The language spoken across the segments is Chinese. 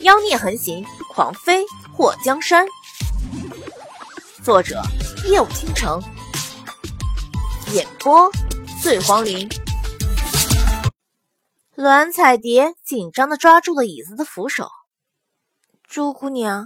妖孽横行，狂飞破江山。作者：夜舞倾城，演播：醉黄林。栾彩蝶紧张地抓住了椅子的扶手。朱姑娘，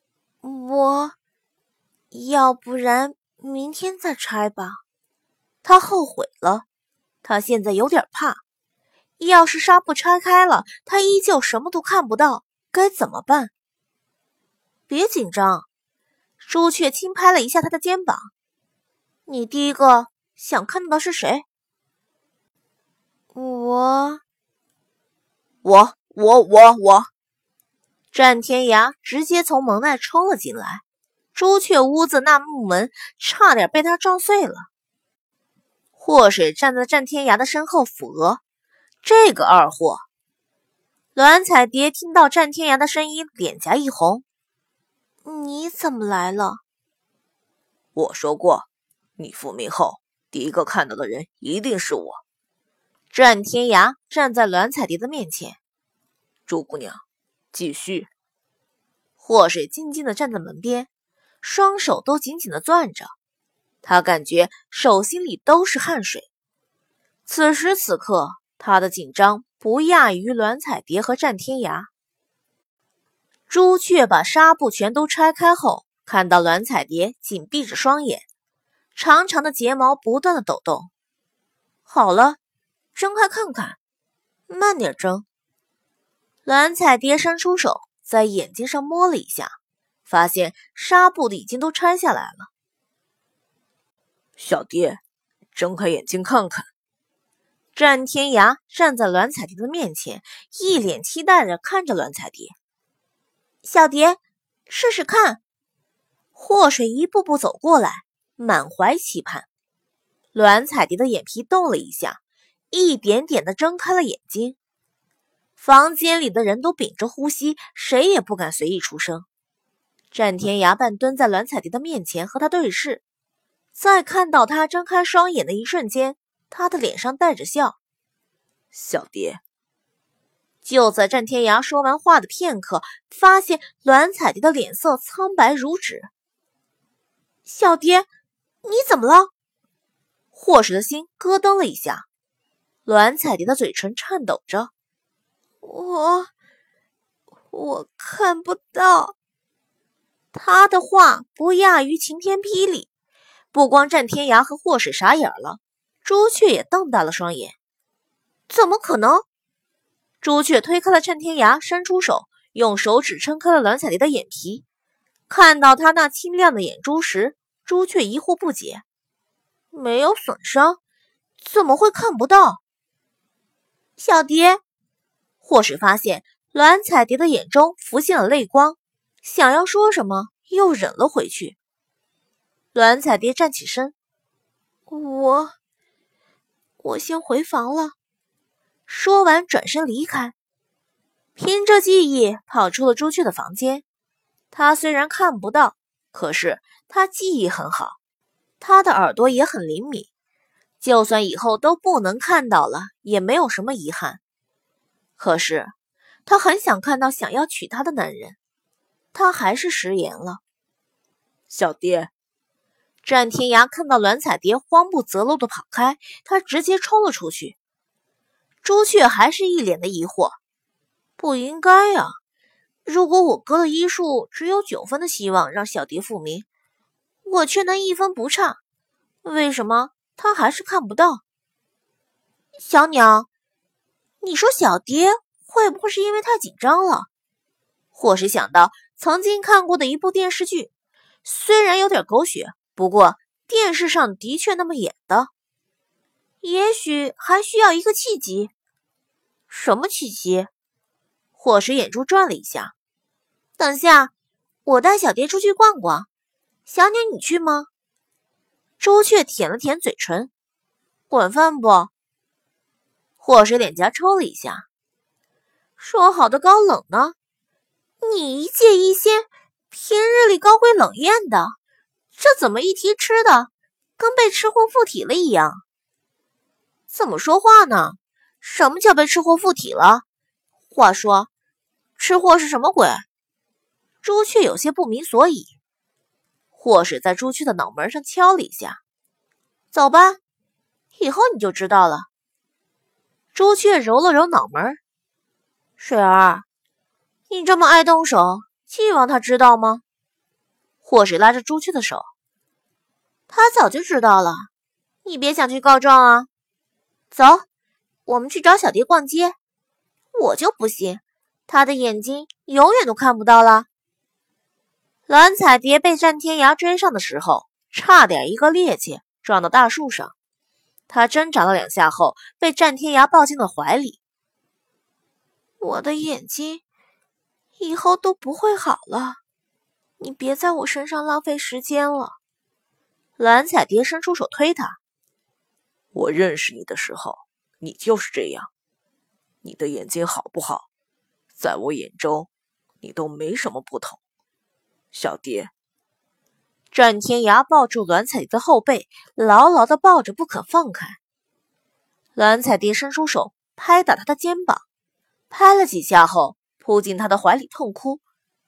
要不然明天再拆吧。她后悔了，她现在有点怕。要是纱布拆开了，她依旧什么都看不到，该怎么办？别紧张，朱雀轻拍了一下她的肩膀。你第一个想看到的是谁？我。战天涯直接从门外冲了进来，朱雀屋子那木门差点被他撞碎了。祸水站在战天涯的身后抚额，这个二货。栾彩蝶听到战天涯的声音，脸颊一红。你怎么来了？ 我说过，你复命后第一个看到的人一定是我。 战天涯站在栾彩蝶的面前。 朱姑娘，继续。 祸水静静地站在门边，双手都紧紧地攥着，他感觉手心里都是汗水。此时此刻，他的紧张不亚于栾彩蝶和战天涯。朱雀把纱布全都拆开后，看到栾彩蝶紧闭着双眼，长长的睫毛不断地抖动。好了，睁开看看，慢点睁。栾彩蝶伸出手，在眼睛上摸了一下，发现纱布已经都拆下来了。 小蝶，睁开眼睛看看。 战天涯站在栾彩蝶的面前，一脸期待地看着栾彩蝶。小蝶，试试看。祸水一步步走过来，满怀期盼。栾彩蝶的眼皮动了一下，一点点地睁开了眼睛。房间里的人都屏着呼吸，谁也不敢随意出声。战天涯半蹲在栾彩蝶的面前和她对视，在看到她睁开双眼的一瞬间，他的脸上带着笑。 小蝶。 就在战天涯说完话的片刻，发现栾彩蝶的脸色苍白如纸。小蝶，你怎么了？祸水的心咯噔了一下，栾彩蝶的嘴唇颤抖着。我看不到。他的话不亚于晴天霹雳，不光战天涯和祸水傻眼了，朱雀也瞪大了双眼。怎么可能？朱雀推开了战天涯，伸出手，用手指撑开了栾彩蝶的眼皮。看到他那清亮的眼珠时，朱雀疑惑不解。没有损伤，怎么会看不到？小蝶。祸水发现栾彩蝶的眼中浮现了泪光，想要说什么，又忍了回去。栾彩蝶站起身。我先回房了。说完转身离开，凭着记忆跑出了朱雀的房间。他虽然看不到，可是他记忆很好，他的耳朵也很灵敏，就算以后都不能看到了，也没有什么遗憾。可是他很想看到想要娶她的男人，他还是食言了。 小蝶。 战天涯看到栾彩蝶慌不择路地跑开，他直接冲了出去。朱雀还是一脸的疑惑。不应该啊，如果我哥的医术只有9分的希望让小蝶复明，我却能1分不差，为什么他还是看不到？小鸟，你说小蝶会不会是因为太紧张了？或是想到曾经看过的一部电视剧，虽然有点狗血，不过电视上的确那么演的。也许还需要一个契机。什么契机？祸水眼珠转了一下。等下，我带小蝶出去逛逛。小鸟，你去吗？朱雀舔了舔嘴唇。管饭不？祸水脸颊抽了一下。说好的高冷呢？你一戒一仙，平日里高贵冷艳的，这怎么一提吃的，跟被吃货附体了一样？怎么说话呢？什么叫被吃货附体了？话说， 吃货是什么鬼？朱雀有些不明所以。霍水在朱雀的脑门上敲了一下。走吧，以后你就知道了。朱雀揉了揉脑门。水儿，你这么爱动手，希望他知道吗？霍水拉着朱雀的手。他早就知道了，你别想去告状啊。走，我们去找小蝶逛街。我就不信，他的眼睛永远都看不到了。蓝彩蝶被战天涯追上的时候，差点一个趔趄撞到大树上。他挣扎了2下后，被战天涯抱进了怀里。我的眼睛以后都不会好了，你别在我身上浪费时间了。蓝彩蝶伸出手推他。 我认识你的时候，你就是这样。你的眼睛好不好，在我眼中，你都没什么不同。小蝶。 战天涯抱住蓝彩蝶的后背，牢牢地抱着不肯放开。蓝彩蝶伸出手拍打他的肩膀，拍了几下后扑进他的怀里痛哭。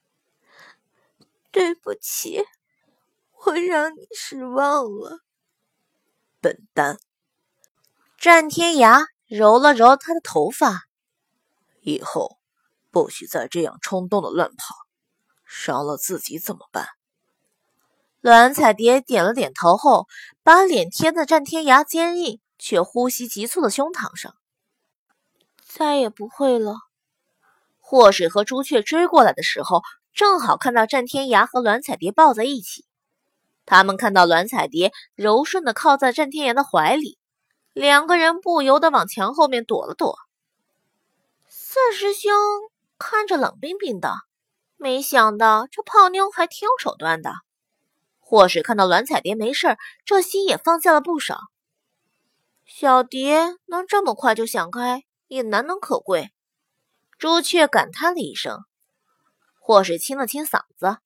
对不起，我让你失望了。 笨蛋。 战天涯揉了揉他的头发。 以后不许再这样冲动的乱跑，伤了自己怎么办？ 蓝彩蝶点了点头后，把脸贴在战天涯坚硬却呼吸急促的胸膛上。再也不会了。霍水和朱雀追过来的时候，正好看到战天涯和蓝彩蝶抱在一起。他们看到蓝彩蝶柔顺地靠在战天涯的怀里，2个人不由得往墙后面躲了躲。四师兄看着冷冰冰的，没想到这泡妞还挺有手段的。霍水看到蓝彩蝶没事，这心也放下了不少。小蝶能这么快就想开，也难能可贵。朱雀感叹了一声。霍水清了清嗓子。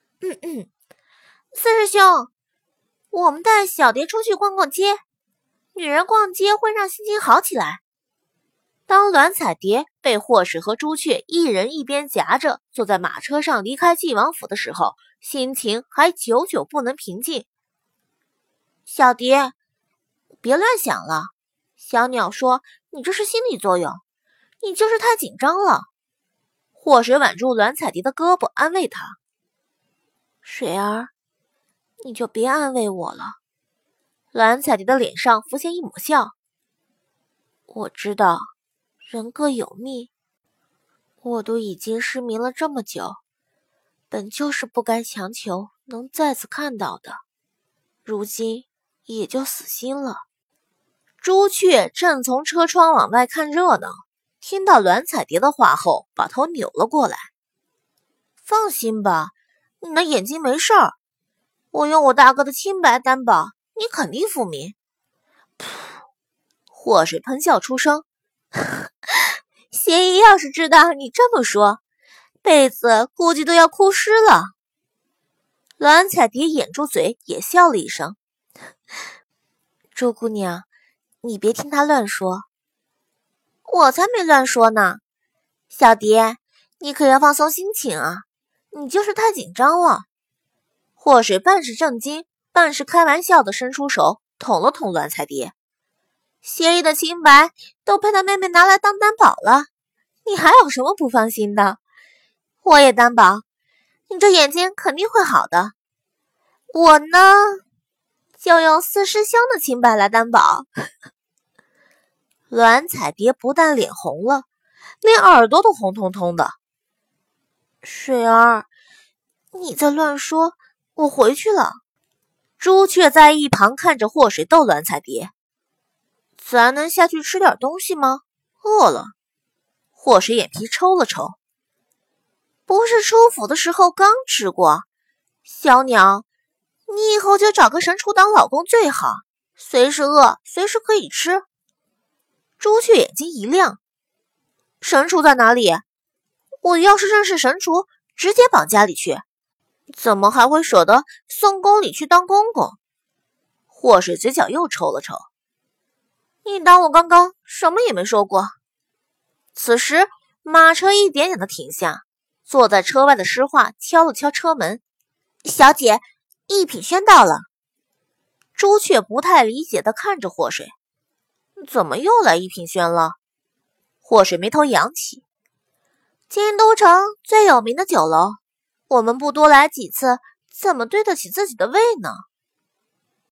四师兄，我们带小蝶出去逛逛街，女人逛街会让心情好起来。当蓝彩蝶被霍水和朱雀一人一边夹着坐在马车上离开晋王府的时候，心情还久久不能平静。小蝶，别乱想了。小鸟说你这是心理作用，你就是太紧张了。霍水挽住蓝彩蝶的胳膊安慰她。水儿，你就别安慰我了。蓝彩蝶的脸上浮现一抹笑。我知道人各有命，我都已经失明了这么久，本就是不该强求能再次看到的，如今也就死心了。朱雀正从车窗往外看热闹，听到蓝彩蝶的话后，把头扭了过来。放心吧，你的眼睛没事儿，我用我大哥的清白担保，你肯定复明。噗！祸水喷笑出声。邪医要是知道你这么说，被子估计都要哭湿了。蓝彩蝶掩住嘴也笑了一声。朱姑娘，你别听他乱说。我才没乱说呢。小蝶，你可要放松心情啊，你就是太紧张了。祸水半是正经半是开玩笑的伸出手捅了捅蓝彩蝶。邪医的清白都被他妹妹拿来当担保了，你还有什么不放心的？我也担保，你这眼睛肯定会好的。我呢，就用四师兄的清白来担保。蓝彩蝶不但脸红了，连耳朵都红彤彤的。水儿，你在乱说，我回去了。朱雀在一旁看着祸水逗蓝彩蝶。咱能下去吃点东西吗？饿了。祸水眼皮抽了抽。不是出府的时候刚吃过。小鸟，你以后就找个神厨当老公最好，随时饿随时可以吃。朱雀眼睛一亮。神厨在哪里？我要是认识神厨，直接绑家里去，怎么还会舍得送宫里去当公公？祸水嘴角又抽了抽。你当我刚刚什么也没说过？此时马车一点点的停下，坐在车外的诗画敲了敲车门：“小姐，一品轩到了。”朱雀不太理解的看着祸水：“怎么又来一品轩了？”祸水眉头扬起：“京都城最有名的酒楼，我们不多来几次，怎么对得起自己的胃呢？”